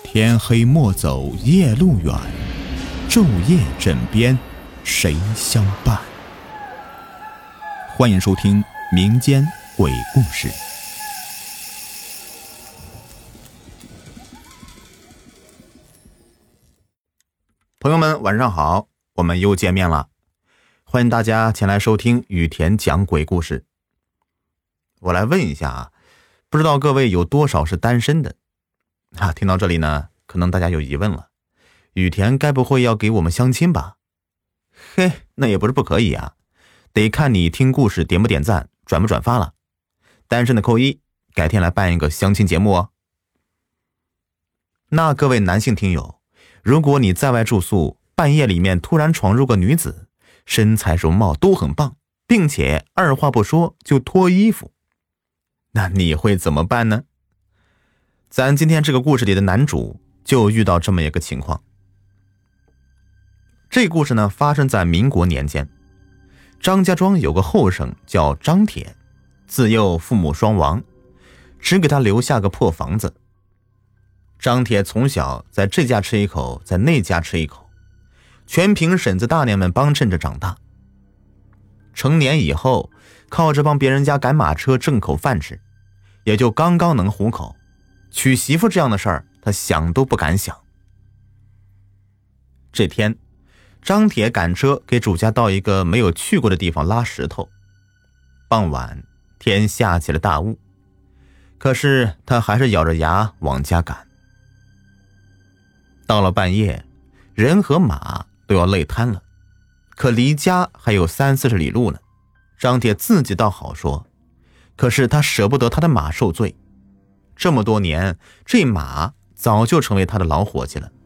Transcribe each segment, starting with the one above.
天黑莫走夜路远，昼夜枕边谁相伴？欢迎收听民间鬼故事。朋友们晚上好，我们又见面了，欢迎大家前来收听雨田讲鬼故事。我来问一下啊，不知道各位有多少是单身的？听到这里呢，可能大家有疑问了，雨田该不会要给我们相亲吧？嘿，那也不是不可以啊，得看你听故事点不点赞，转不转发了。单身的扣一，改天来办一个相亲节目哦。那各位男性听友，如果你在外住宿，半夜里面突然闯入个女子，身材容貌都很棒，并且二话不说就脱衣服，那你会怎么办呢？咱今天这个故事里的男主就遇到这么一个情况。这故事呢发生在民国年间，张家庄有个后生叫张铁，自幼父母双亡，只给他留下个破房子。张铁从小在这家吃一口，在那家吃一口，全凭婶子大娘们帮衬着长大。成年以后，靠着帮别人家赶马车挣口饭吃，也就刚刚能糊口。娶媳妇这样的事儿，他想都不敢想。这天，张铁赶车给主家到一个没有去过的地方拉石头。傍晚，天下起了大雾，可是他还是咬着牙往家赶。到了半夜，人和马都要累瘫了，可离家还有30-40里路呢。张铁自己倒好说，可是他舍不得他的马受罪。这么多年，这马早就成为他的老伙计了。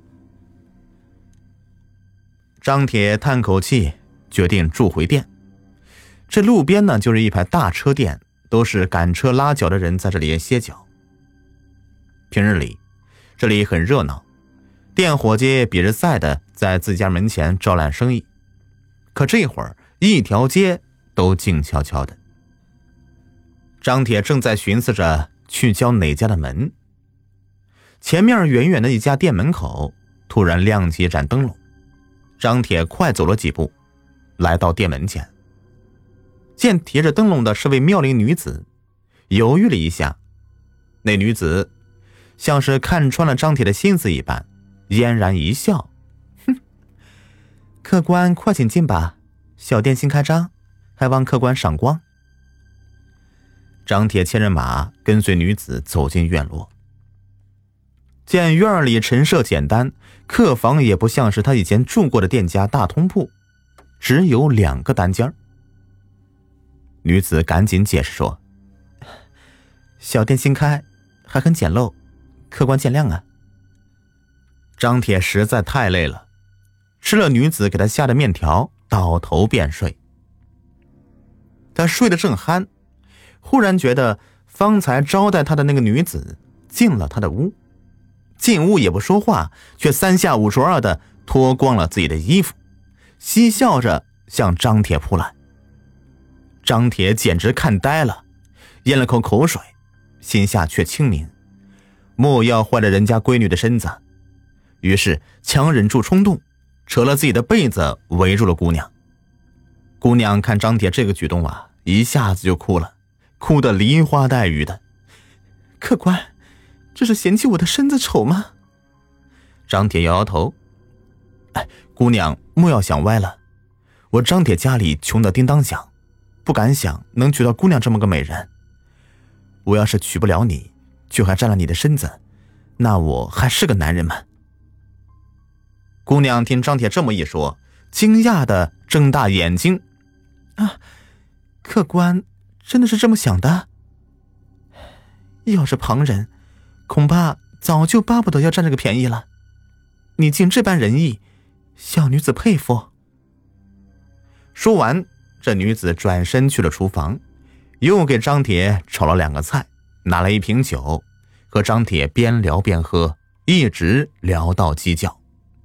张铁叹口气，决定住回店。这路边呢，就是一排大车店，都是赶车拉脚的人在这里歇脚。平日里，这里很热闹，店伙计比着赛的在自家门前招揽生意。可这会儿，一条街都静悄悄的。张铁正在寻思着去敲哪家的门，前面远远的一家店门口突然亮起一盏灯笼。张铁快走了几步，来到店门前，见提着灯笼的是位妙龄女子，犹豫了一下，那女子像是看穿了张铁的心思一般，嫣然一笑，哼，客官快请进吧，小店新开张，还望客官赏光。张铁牵着马跟随女子走进院落，见院里陈设简单，客房也不像是他以前住过的店家大通铺，只有2个单间。女子赶紧解释说，小店新开，还很简陋，客官见谅啊。张铁实在太累了，吃了女子给他下的面条，倒头便睡。他睡得正酣，忽然觉得方才招待他的那个女子进了他的屋，进屋也不说话，却3下5除2的脱光了自己的衣服，嬉笑着向张铁扑来。张铁简直看呆了，咽了口口水，心下却清明，莫要坏了人家闺女的身子，于是强忍住冲动，扯了自己的被子围住了姑娘。姑娘看张铁这个举动啊，一下子就哭了，哭得梨花带雨的。客官，这是嫌弃我的身子丑吗？张铁摇摇头，姑娘莫要想歪了，我张铁家里穷得叮当响，不敢想能娶到姑娘这么个美人。我要是娶不了你，却还占了你的身子，那我还是个男人吗？姑娘听张铁这么一说，惊讶地睁大眼睛，客官真的是这么想的？要是旁人，恐怕早就巴不得要占这个便宜了。你竟这般仁义，小女子佩服。说完，这女子转身去了厨房，又给张铁炒了2个菜，拿了1瓶酒，和张铁边聊边喝，一直聊到鸡叫。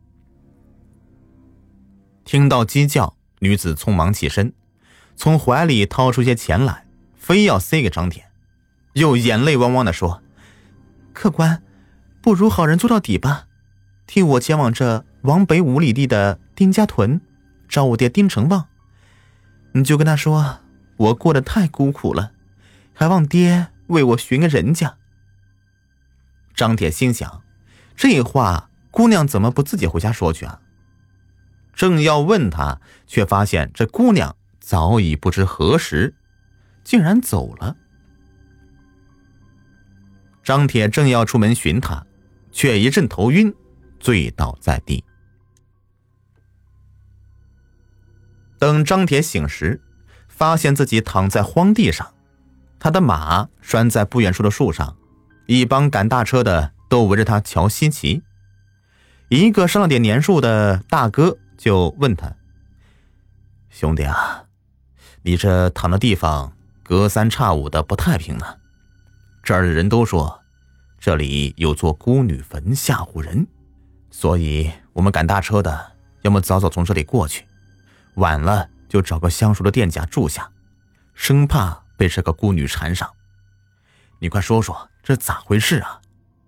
听到鸡叫，女子匆忙起身，从怀里掏出些钱来，非要塞给张铁，又眼泪汪汪地说，客官， 不如好人做到底吧，替我前往这往北5里地的丁家屯，找我爹丁成旺。你就跟他说，我过得太孤苦了，还望爹为我寻个人家。”张铁心想，这话姑娘怎么不自己回家说去啊？正要问她，却发现这姑娘早已不知何时竟然走了。张铁正要出门寻她，却一阵头晕，醉倒在地。等张铁醒时，发现自己躺在荒地上，他的马拴在不远处的树上，一帮赶大车的都围着他瞧稀奇。一个上了点年数的大哥就问他：“兄弟啊，你这躺的地方隔三差五的不太平呢。这儿的人都说这里有座孤女坟吓唬人，所以我们赶大车的要么早早从这里过去，晚了就找个相熟的店家住下，生怕被这个孤女缠上。你快说说这咋回事啊？”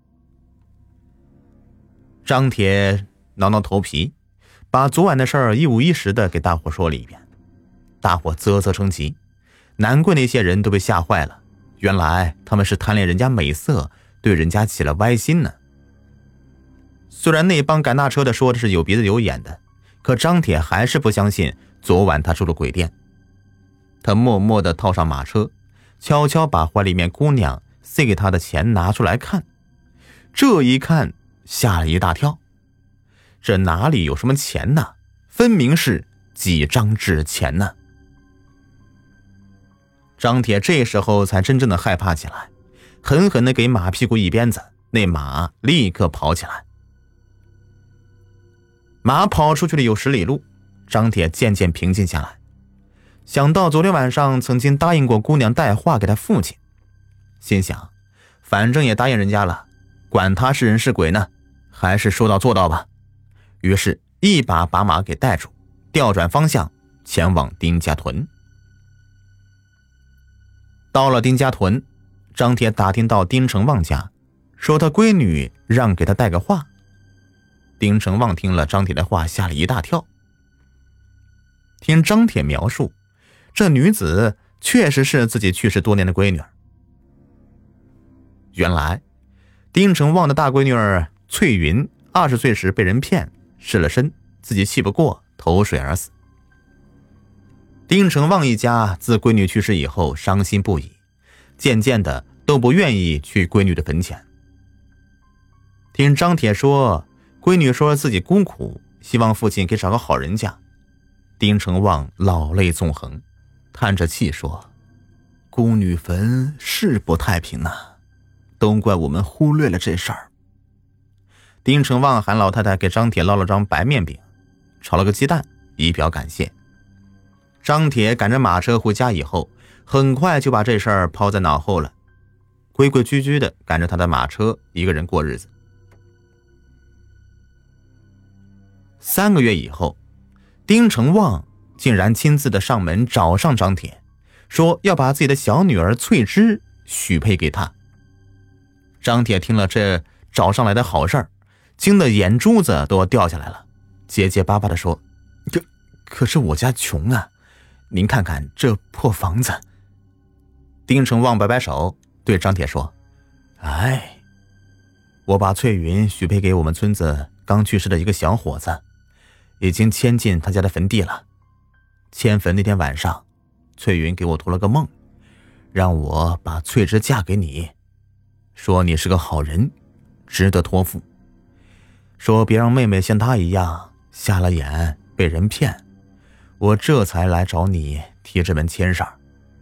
张铁挠挠头皮，把昨晚的事儿一五一十的给大伙说了一遍。大伙啧啧称奇，难怪那些人都被吓坏了，原来他们是贪恋人家美色，对人家起了歪心呢。虽然那帮赶大车的说的是有鼻子有眼的，可张铁还是不相信昨晚他住了鬼店。他默默地套上马车，悄悄把怀里面姑娘塞给他的钱拿出来看。这一看吓了一大跳，这哪里有什么钱呢？分明是几张纸钱呢。张铁这时候才真正的害怕起来，狠狠地给马屁股一鞭子，那马立刻跑起来。马跑出去了有10里路，张铁渐渐平静下来，想到昨天晚上曾经答应过姑娘带话给他父亲，心想反正也答应人家了，管他是人是鬼呢，还是说到做到吧。于是一把把马给带住，调转方向前往丁家屯。到了丁家屯，张铁打听到丁成旺家，说他闺女让给他带个话。丁成旺听了张铁的话，吓了一大跳。听张铁描述，这女子确实是自己去世多年的闺女。原来丁成旺的大闺女翠云20岁时被人骗，失了身，自己气不过，投水而死。丁成旺一家自闺女去世以后伤心不已，渐渐的都不愿意去闺女的坟前。听张铁说，闺女说自己孤苦，希望父亲给找个好人家。丁成旺老泪纵横，叹着气说：“孤女坟是不太平啊，都怪我们忽略了这事儿。”丁成旺喊老太太给张铁烙了张白面饼，炒了个鸡蛋，以表感谢。张铁赶着马车回家以后，很快就把这事儿抛在脑后了，规规矩矩的赶着他的马车一个人过日子。3个月以后，丁成旺竟然亲自的上门找上张铁，说要把自己的小女儿翠芝许配给他。张铁听了这找上来的好事儿，惊得眼珠子都要掉下来了，结结巴巴的说：“可是我家穷啊，您看看这破房子。”丁成旺摆摆手，对张铁说：“哎，我把翠云许配给我们村子刚去世的一个小伙子，已经迁进他家的坟地了。迁坟那天晚上，翠云给我托了个梦，让我把翠芝嫁给你，说你是个好人，值得托付，说别让妹妹像她一样瞎了眼被人骗，我这才来找你提这门亲事儿。”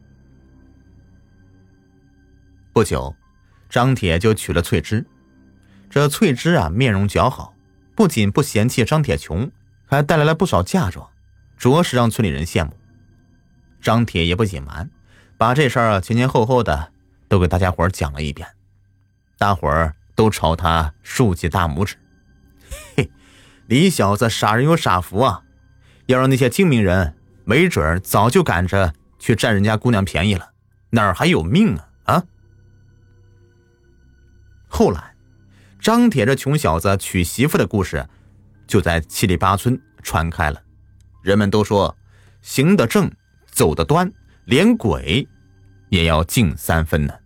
不久，张铁就娶了翠芝。这翠芝面容姣好，不仅不嫌弃张铁穷，还带来了不少嫁妆，着实让村里人羡慕。张铁也不隐瞒，把这事儿前前后后的都给大家伙讲了一遍，大伙儿都朝他竖起大拇指。嘿，你小子傻人有傻福啊！要让那些精明人，没准早就赶着去占人家姑娘便宜了，哪儿还有命啊！后来张铁这穷小子娶媳妇的故事就在七里八村传开了。人们都说行得正，走得端，连鬼也要敬3分呢。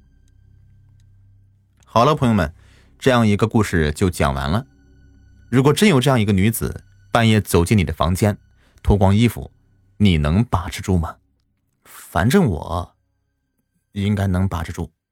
好了，朋友们，这样一个故事就讲完了。如果真有这样一个女子半夜走进你的房间，脱光衣服，你能把持住吗？反正我应该能把持住。